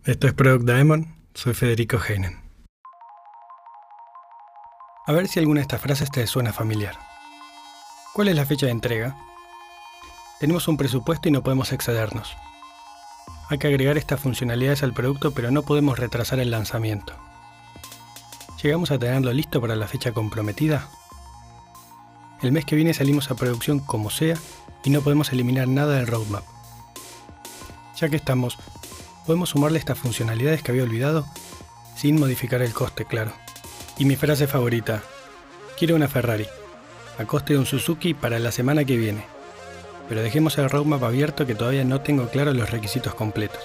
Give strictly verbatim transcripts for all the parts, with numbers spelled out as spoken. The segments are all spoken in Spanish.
Esto es Product Daemon, soy Federico Heinen. A ver si alguna de estas frases te suena familiar. ¿Cuál es la fecha de entrega? Tenemos un presupuesto y no podemos excedernos. Hay que agregar estas funcionalidades al producto, pero no podemos retrasar el lanzamiento. ¿Llegamos a tenerlo listo para la fecha comprometida? El mes que viene salimos a producción como sea y no podemos eliminar nada del roadmap. Ya que estamos, podemos sumarle estas funcionalidades que había olvidado sin modificar el coste, claro. Y mi frase favorita: quiero una Ferrari, a coste de un Suzuki para la semana que viene. Pero dejemos el roadmap abierto, que todavía no tengo claros los requisitos completos.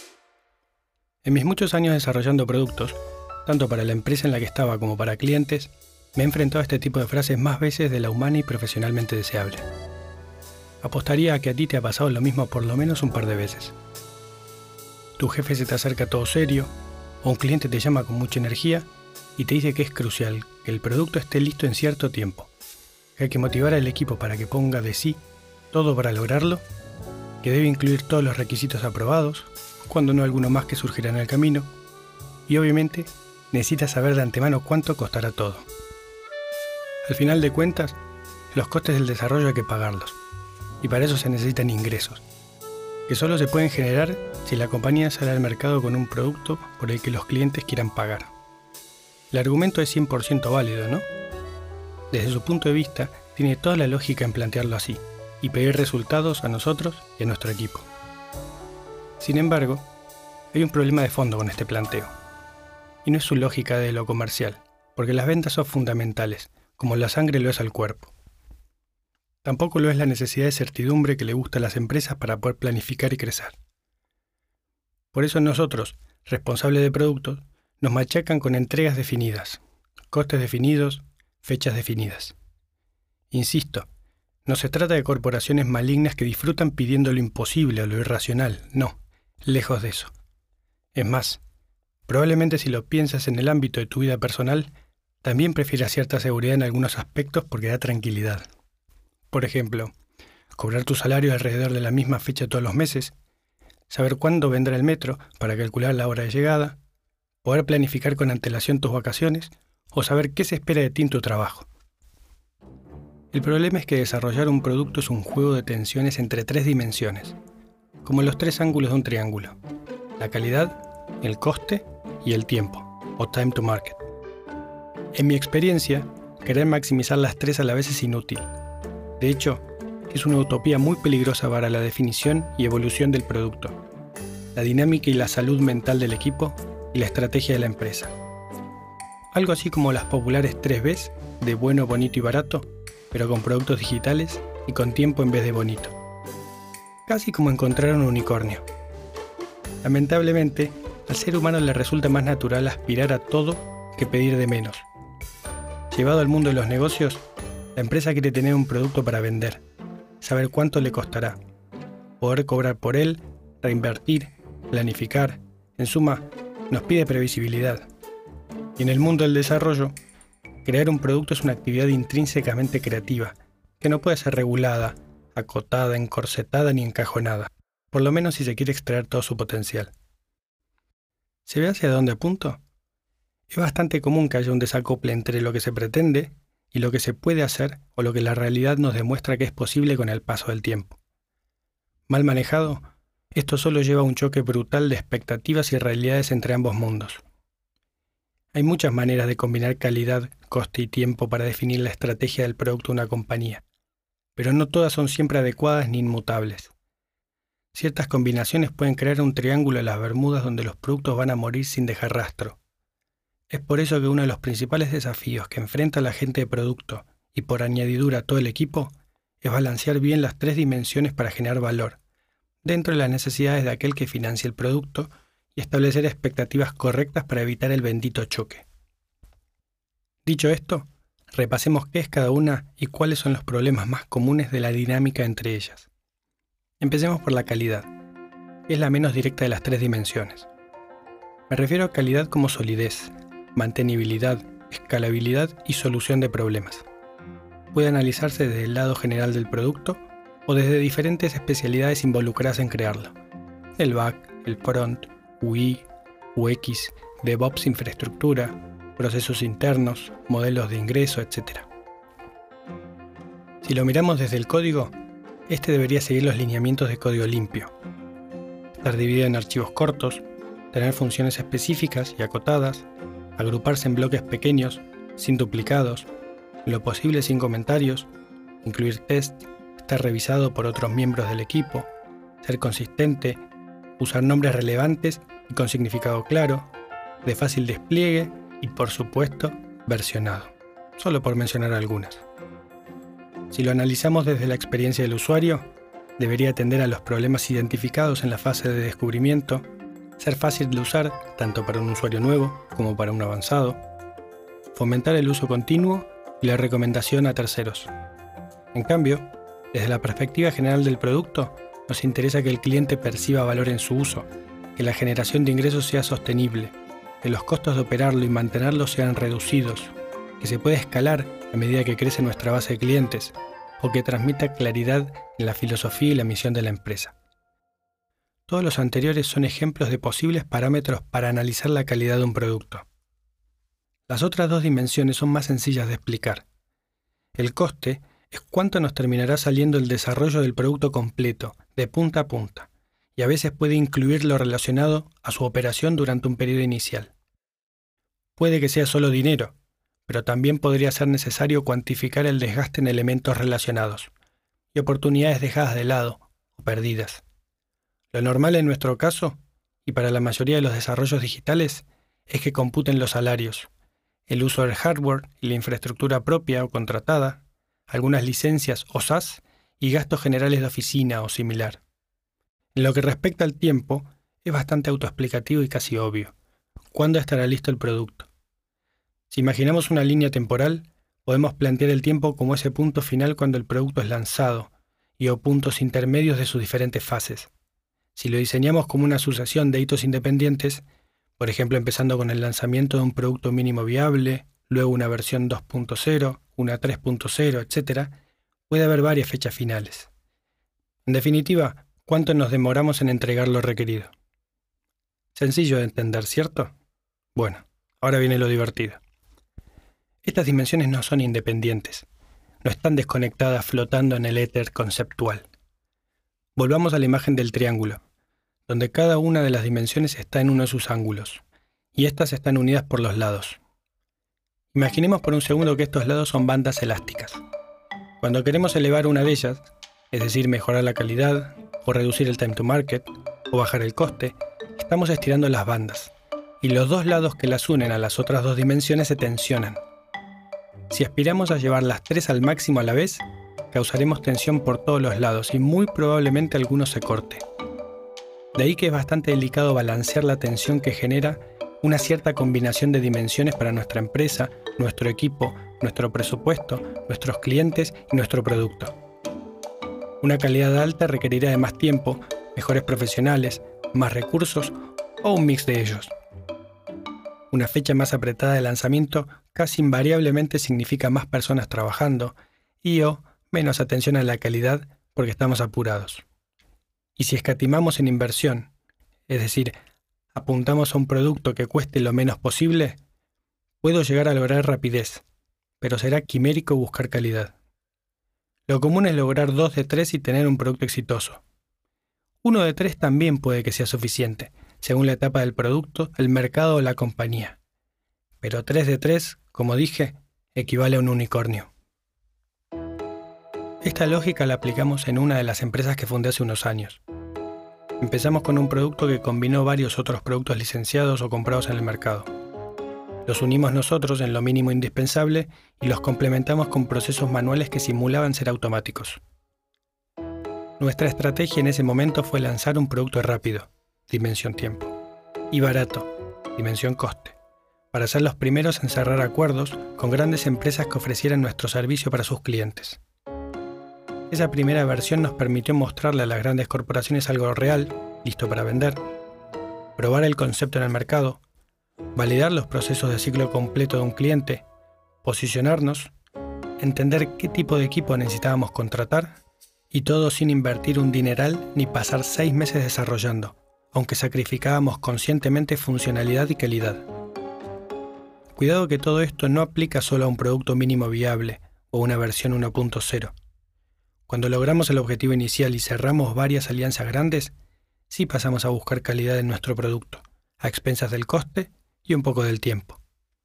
En mis muchos años desarrollando productos, tanto para la empresa en la que estaba como para clientes, me he enfrentado a este tipo de frases más veces de la humana y profesionalmente deseable. Apostaría a que a ti te ha pasado lo mismo por lo menos un par de veces. Tu jefe se te acerca todo serio, o un cliente te llama con mucha energía y te dice que es crucial que el producto esté listo en cierto tiempo, que hay que motivar al equipo para que ponga de sí todo para lograrlo, que debe incluir todos los requisitos aprobados, cuando no alguno más que surgirá en el camino, y obviamente necesitas saber de antemano cuánto costará todo. Al final de cuentas, los costes del desarrollo hay que pagarlos, y para eso se necesitan ingresos, que solo se pueden generar si la compañía sale al mercado con un producto por el que los clientes quieran pagar. El argumento es cien por ciento válido, ¿no? Desde su punto de vista, tiene toda la lógica en plantearlo así, y pedir resultados a nosotros y a nuestro equipo. Sin embargo, hay un problema de fondo con este planteo, y no es su lógica de lo comercial, porque las ventas son fundamentales, como la sangre lo es al cuerpo. Tampoco lo es la necesidad de certidumbre que le gusta a las empresas para poder planificar y crecer. Por eso nosotros, responsables de productos, nos machacan con entregas definidas, costes definidos, fechas definidas. Insisto, no se trata de corporaciones malignas que disfrutan pidiendo lo imposible o lo irracional, no, lejos de eso. Es más, probablemente si lo piensas en el ámbito de tu vida personal, también prefieras cierta seguridad en algunos aspectos porque da tranquilidad. Por ejemplo, cobrar tu salario alrededor de la misma fecha todos los meses, saber cuándo vendrá el metro para calcular la hora de llegada, poder planificar con antelación tus vacaciones o saber qué se espera de ti en tu trabajo. El problema es que desarrollar un producto es un juego de tensiones entre tres dimensiones, como los tres ángulos de un triángulo: la calidad, el coste y el tiempo, o time to market. En mi experiencia, querer maximizar las tres a la vez es inútil. De hecho, es una utopía muy peligrosa para la definición y evolución del producto, la dinámica y la salud mental del equipo y la estrategia de la empresa. Algo así como las populares tres Bs de bueno, bonito y barato, pero con productos digitales y con tiempo en vez de bonito. Casi como encontrar un unicornio. Lamentablemente, al ser humano le resulta más natural aspirar a todo que pedir de menos. Llevado al mundo de los negocios, la empresa quiere tener un producto para vender, saber cuánto le costará, poder cobrar por él, reinvertir, planificar. En suma, nos pide previsibilidad. Y en el mundo del desarrollo, crear un producto es una actividad intrínsecamente creativa, que no puede ser regulada, acotada, encorsetada ni encajonada, por lo menos si se quiere extraer todo su potencial. ¿Se ve hacia dónde apunto? Es bastante común que haya un desacople entre lo que se pretende y lo que se puede hacer o lo que la realidad nos demuestra que es posible con el paso del tiempo. Mal manejado, esto solo lleva a un choque brutal de expectativas y realidades entre ambos mundos. Hay muchas maneras de combinar calidad, coste y tiempo para definir la estrategia del producto de una compañía, pero no todas son siempre adecuadas ni inmutables. Ciertas combinaciones pueden crear un triángulo de las Bermudas donde los productos van a morir sin dejar rastro. Es por eso que uno de los principales desafíos que enfrenta la gente de producto, y por añadidura todo el equipo, es balancear bien las tres dimensiones para generar valor, dentro de las necesidades de aquel que financia el producto, y establecer expectativas correctas para evitar el bendito choque. Dicho esto, repasemos qué es cada una y cuáles son los problemas más comunes de la dinámica entre ellas. Empecemos por la calidad, que es la menos directa de las tres dimensiones. Me refiero a calidad como solidez, mantenibilidad, escalabilidad y solución de problemas. Puede analizarse desde el lado general del producto o desde diferentes especialidades involucradas en crearlo: el back, el front, U I, U X, DevOps, infraestructura, procesos internos, modelos de ingreso, etcétera. Si lo miramos desde el código, este debería seguir los lineamientos de código limpio. Estar dividido en archivos cortos, tener funciones específicas y acotadas, agruparse en bloques pequeños, sin duplicados, en lo posible sin comentarios, incluir test, estar revisado por otros miembros del equipo, ser consistente, usar nombres relevantes y con significado claro, de fácil despliegue y, por supuesto, versionado, solo por mencionar algunas. Si lo analizamos desde la experiencia del usuario, debería atender a los problemas identificados en la fase de descubrimiento, ser fácil de usar tanto para un usuario nuevo como para un avanzado, fomentar el uso continuo y la recomendación a terceros. En cambio, desde la perspectiva general del producto, nos interesa que el cliente perciba valor en su uso, que la generación de ingresos sea sostenible, que los costos de operarlo y mantenerlo sean reducidos, que se pueda escalar a medida que crece nuestra base de clientes, o que transmita claridad en la filosofía y la misión de la empresa. Todos los anteriores son ejemplos de posibles parámetros para analizar la calidad de un producto. Las otras dos dimensiones son más sencillas de explicar. El coste es cuánto nos terminará saliendo el desarrollo del producto completo, de punta a punta, y a veces puede incluir lo relacionado a su operación durante un periodo inicial. Puede que sea solo dinero, pero también podría ser necesario cuantificar el desgaste en elementos relacionados y oportunidades dejadas de lado o perdidas. Lo normal en nuestro caso, y para la mayoría de los desarrollos digitales, es que computen los salarios, el uso del hardware y la infraestructura propia o contratada, algunas licencias o SaaS y gastos generales de oficina o similar. En lo que respecta al tiempo, es bastante autoexplicativo y casi obvio. ¿Cuándo estará listo el producto? Si imaginamos una línea temporal, podemos plantear el tiempo como ese punto final cuando el producto es lanzado y o puntos intermedios de sus diferentes fases. Si lo diseñamos como una sucesión de hitos independientes, por ejemplo empezando con el lanzamiento de un producto mínimo viable, luego una versión dos punto cero, una tres punto cero, etcétera, puede haber varias fechas finales. En definitiva, ¿cuánto nos demoramos en entregar lo requerido? Sencillo de entender, ¿cierto? Bueno, ahora viene lo divertido. Estas dimensiones no son independientes, no están desconectadas flotando en el éter conceptual. Volvamos a la imagen del triángulo, donde cada una de las dimensiones está en uno de sus ángulos, y estas están unidas por los lados. Imaginemos por un segundo que estos lados son bandas elásticas. Cuando queremos elevar una de ellas, es decir, mejorar la calidad, o reducir el time to market, o bajar el coste, estamos estirando las bandas, y los dos lados que las unen a las otras dos dimensiones se tensionan. Si aspiramos a llevar las tres al máximo a la vez, causaremos tensión por todos los lados y muy probablemente alguno se corte. De ahí que es bastante delicado balancear la tensión que genera una cierta combinación de dimensiones para nuestra empresa, nuestro equipo, nuestro presupuesto, nuestros clientes y nuestro producto. Una calidad alta requerirá de más tiempo, mejores profesionales, más recursos o un mix de ellos. Una fecha más apretada de lanzamiento casi invariablemente significa más personas trabajando y o menos atención a la calidad porque estamos apurados. Y si escatimamos en inversión, es decir, apuntamos a un producto que cueste lo menos posible, puedo llegar a lograr rapidez, pero será quimérico buscar calidad. Lo común es lograr dos de tres y tener un producto exitoso. Uno de tres también puede que sea suficiente, según la etapa del producto, el mercado o la compañía. Pero tres de tres, como dije, equivale a un unicornio. Esta lógica la aplicamos en una de las empresas que fundé hace unos años. Empezamos con un producto que combinó varios otros productos licenciados o comprados en el mercado. Los unimos nosotros en lo mínimo indispensable y los complementamos con procesos manuales que simulaban ser automáticos. Nuestra estrategia en ese momento fue lanzar un producto rápido, dimensión tiempo, y barato, dimensión coste, para ser los primeros en cerrar acuerdos con grandes empresas que ofrecieran nuestro servicio para sus clientes. Esa primera versión nos permitió mostrarle a las grandes corporaciones algo real, listo para vender, probar el concepto en el mercado, validar los procesos de ciclo completo de un cliente, posicionarnos, entender qué tipo de equipo necesitábamos contratar y todo sin invertir un dineral ni pasar seis meses desarrollando, aunque sacrificábamos conscientemente funcionalidad y calidad. Cuidado que todo esto no aplica solo a un producto mínimo viable o una versión uno punto cero. Cuando logramos el objetivo inicial y cerramos varias alianzas grandes, sí pasamos a buscar calidad en nuestro producto, a expensas del coste y un poco del tiempo.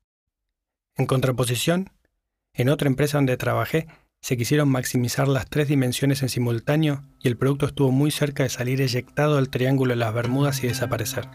En contraposición, en otra empresa donde trabajé, se quisieron maximizar las tres dimensiones en simultáneo y el producto estuvo muy cerca de salir eyectado al triángulo de las Bermudas y desaparecer.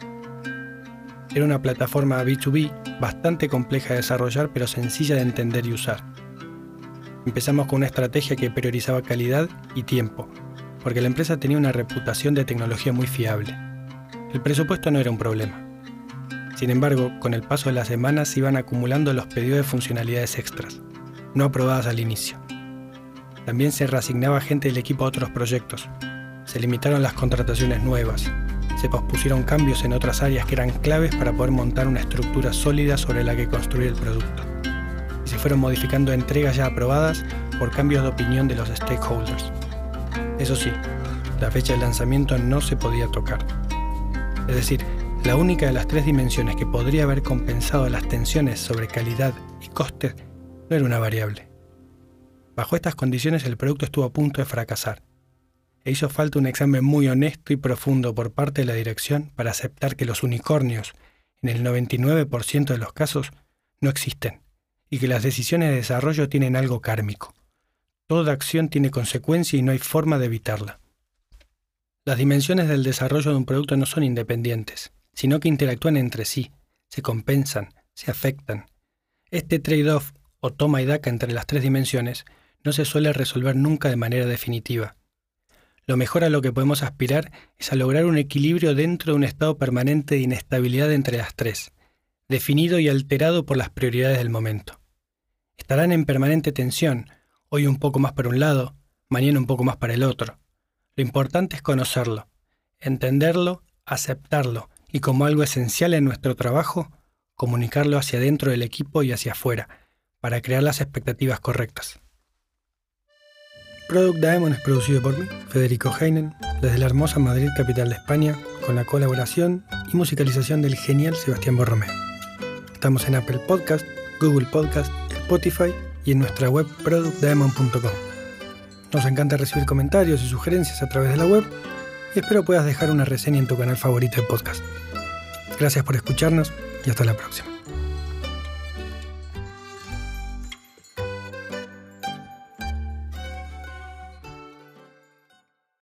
Era una plataforma B dos B bastante compleja de desarrollar pero sencilla de entender y usar. Empezamos con una estrategia que priorizaba calidad y tiempo, porque la empresa tenía una reputación de tecnología muy fiable. El presupuesto no era un problema. Sin embargo, con el paso de las semanas se iban acumulando los pedidos de funcionalidades extras, no aprobadas al inicio. También se reasignaba gente del equipo a otros proyectos. Se limitaron las contrataciones nuevas. Se pospusieron cambios en otras áreas que eran claves para poder montar una estructura sólida sobre la que construir el producto. Y se fueron modificando entregas ya aprobadas por cambios de opinión de los stakeholders. Eso sí, la fecha de lanzamiento no se podía tocar. Es decir, la única de las tres dimensiones que podría haber compensado las tensiones sobre calidad y costes no era una variable. Bajo estas condiciones el producto estuvo a punto de fracasar. E hizo falta un examen muy honesto y profundo por parte de la dirección para aceptar que los unicornios, en el noventa y nueve por ciento de los casos, no existen, y que las decisiones de desarrollo tienen algo kármico. Toda acción tiene consecuencia y no hay forma de evitarla. Las dimensiones del desarrollo de un producto no son independientes, sino que interactúan entre sí, se compensan, se afectan. Este trade-off o toma y daca entre las tres dimensiones no se suele resolver nunca de manera definitiva. Lo mejor a lo que podemos aspirar es a lograr un equilibrio dentro de un estado permanente de inestabilidad entre las tres, definido y alterado por las prioridades del momento. Estarán en permanente tensión, hoy un poco más para un lado, mañana un poco más para el otro. Lo importante es conocerlo, entenderlo, aceptarlo y como algo esencial en nuestro trabajo, comunicarlo hacia dentro del equipo y hacia afuera, para crear las expectativas correctas. Product Daemon es producido por mí, Federico Heinen, desde la hermosa Madrid, capital de España, con la colaboración y musicalización del genial Sebastián Borromeo. Estamos en Apple Podcast, Google Podcast, Spotify y en nuestra web product daemon punto com. Nos encanta recibir comentarios y sugerencias a través de la web y espero puedas dejar una reseña en tu canal favorito de podcast. Gracias por escucharnos y hasta la próxima.